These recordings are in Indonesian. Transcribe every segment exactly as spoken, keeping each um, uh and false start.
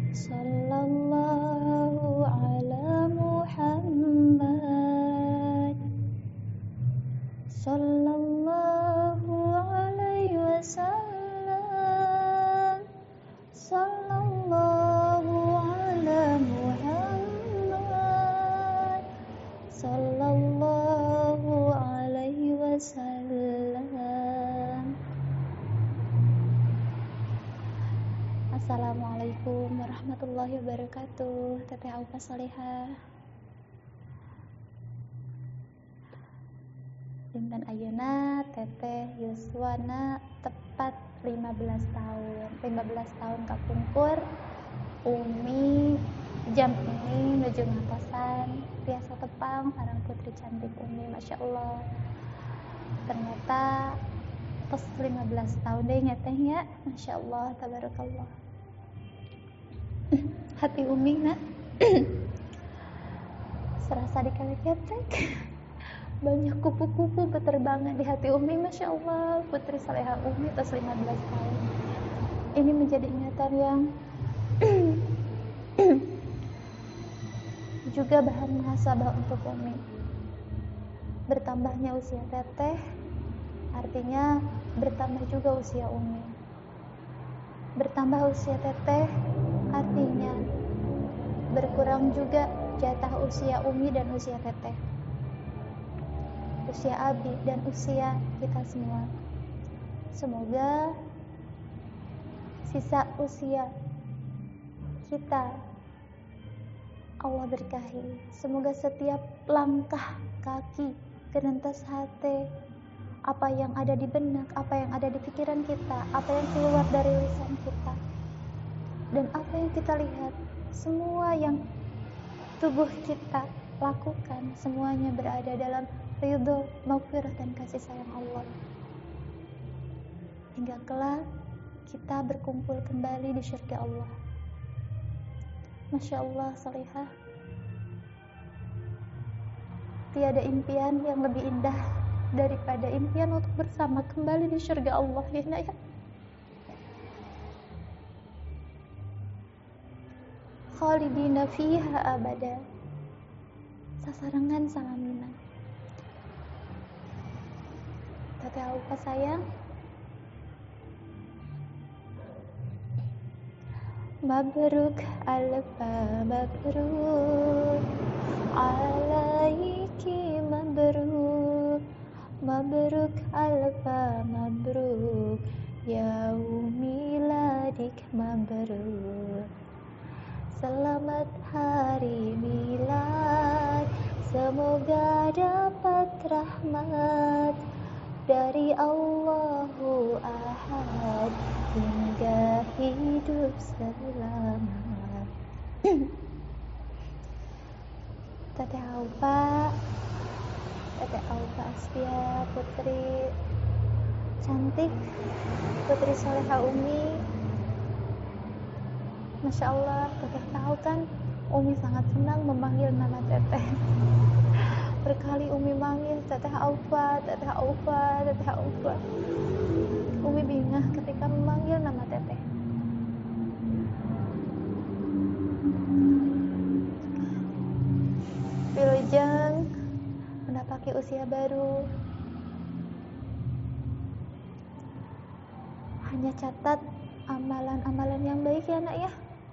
Sallallahu ala Muhammad. Sallallahu alaihi wasallam. Sallallahu ala Muhammad. Sallallahu alaihi wasallam. Assalamualaikum warahmatullahi wabarakatuh. Teteh Aufa Salihah. Dinten ayeuna Teteh Yuswana tepat lima belas tahun. lima belas tahun kapungkur. Umi jam ini nuju ngaposan biasa tepang sareng putri cantik Umi, Masya Allah. Ternyata tos lima belas tahun deh ngetehnya, Masya Allah, tabarakallah. Hati Umi nak serasa dikali ketek. Banyak kupu-kupu berterbangan di hati Umi, Masya Allah. Putri Salihah Umi tos lima belas tahun. Ini menjadi ingatan yang juga bahan muhasabah untuk Umi. Bertambahnya usia Teteh artinya bertambah juga usia Umi. Bertambah usia Teteh artinya berkurang juga jatah usia Umi dan usia Teteh, usia Abi dan usia kita semua. Semoga sisa usia kita Allah berkahi. Semoga setiap langkah kaki, genentes hati, apa yang ada di benak, apa yang ada di pikiran kita, apa yang keluar dari lisan kita, dan apa yang kita lihat, semua yang tubuh kita lakukan, semuanya berada dalam ridho, maghfirah dan kasih sayang Allah. Hingga kelak kita berkumpul kembali di syurga Allah. Masya Allah Salihah. Tiada impian yang lebih indah daripada impian untuk bersama kembali di syurga Allah, ya nak ya. Khalidina fiha abada. Sasarangan salamina. Teteh Aufa sayang, mabruk alfa mabruk alaiki mabruk mabruk alfa mabruk yaumiladik mabruk. Selamat hari milad, semoga dapat rahmat dari Allahu Ahad hingga hidup selamat. Teteh Aufa, Teteh Aufa Astia, putri cantik, putri Salihah Umi. Masya Allah, Teteh tahu kan Umi sangat senang memanggil nama Teteh. Berkali Umi manggil Teteh Aufa, Teteh Aufa, Teteh Aufa. Umi bingah ketika memanggil nama Teteh. Wilujeng mendapati usia baru. Hanya catat amalan-amalan yang baik ya nak ya.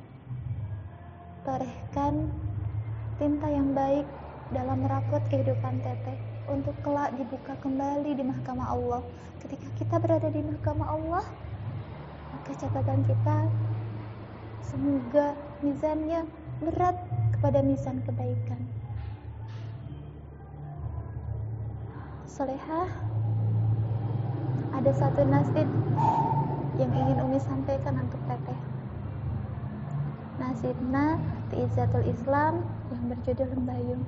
Torehkan tinta yang baik dalam merapot kehidupan Teteh untuk kelak dibuka kembali di mahkamah Allah. Ketika kita berada di mahkamah Allah, maka catatan kita semoga mizannya berat kepada mizan kebaikan. Salihah, ada satu nasib yang ingin Umi sampaikan untuk Teteh. Nasibna di Izzatul Islam yang berjudul Lembayung.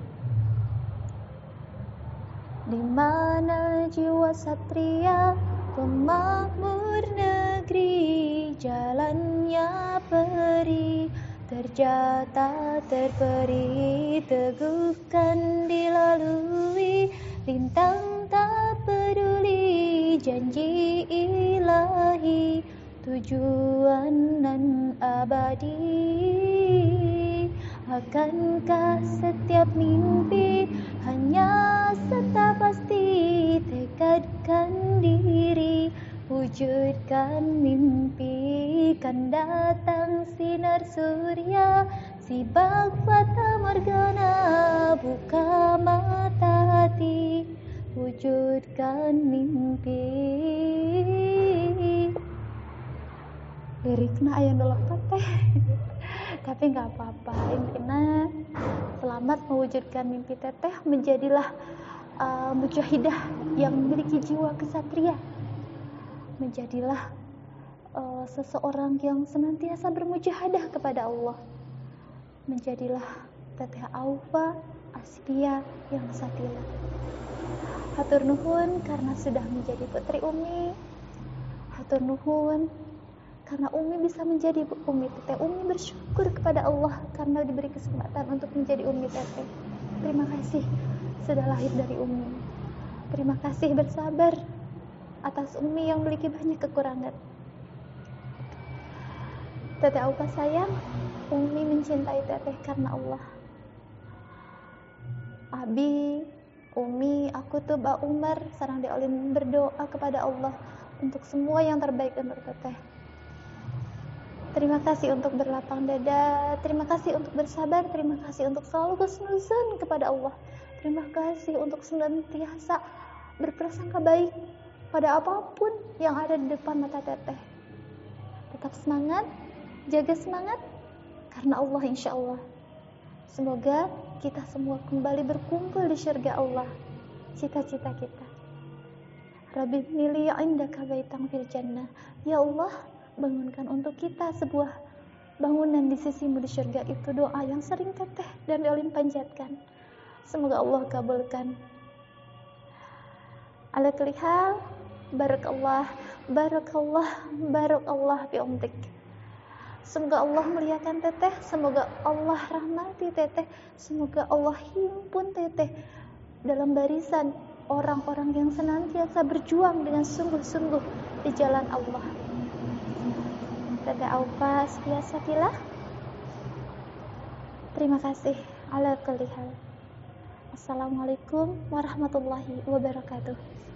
Di mana jiwa satria pemakmur negeri, jalannya perih, terjata terperi, teguhkan dilalui, bintang tak peduli, janji ilahi, tujuan nan abadi. Akankah setiap mimpi hanya serta pasti tekadkan diri, wujudkan mimpi, kan datang sinar surya, sibak fata morgana, buka mata hati, wujudkan mimpi. Lirikna aya nu lengkap teh. Tapi nggak apa-apa, intinya selamat mewujudkan mimpi teteh, menjadilah uh, mujahidah yang memiliki jiwa kesatria, menjadilah uh, seseorang yang senantiasa bermujahadah kepada Allah, menjadilah teteh Aufa Asfia yang satila. Hatur nuhun karena sudah menjadi putri Umi, hatur nuhun karena Umi bisa menjadi Umi Teteh. Umi bersyukur kepada Allah karena diberi kesempatan untuk menjadi Umi Teteh. Terima kasih sudah lahir dari Umi. Terima kasih bersabar atas Umi yang memiliki banyak kekurangan. Teteh Aufa sayang, Umi mencintai Teteh karena Allah. Abi, Umi, aku tuh Mbak Umar sareng diolin berdoa kepada Allah untuk semua yang terbaik untuk Teteh. Terima kasih untuk berlapang dada, terima kasih untuk bersabar, terima kasih untuk selalu husnuzon kepada Allah. Terima kasih untuk senantiasa berprasangka baik pada apapun yang ada di depan mata Teteh. Tetap semangat, jaga semangat karena Allah insya Allah. Semoga kita semua kembali berkumpul di syurga Allah. Cita-cita kita. Rabbi nili indaka baitan fil jannah. Ya Allah, bangunkan untuk kita sebuah bangunan di sisimu di syurga. Itu doa yang sering Teteh dan Olin panjatkan. Semoga Allah kabulkan. Ala kulli hal, barakallah, barakallah, barakallah bi umrik. Semoga Allah muliakan Teteh, semoga Allah rahmati Teteh, semoga Allah himpun Teteh dalam barisan orang-orang yang senantiasa berjuang dengan sungguh-sungguh di jalan Allah. Teteh Aufa Asfia Satila, terima kasih. Ala kulli hal. Assalamualaikum warahmatullahi wabarakatuh.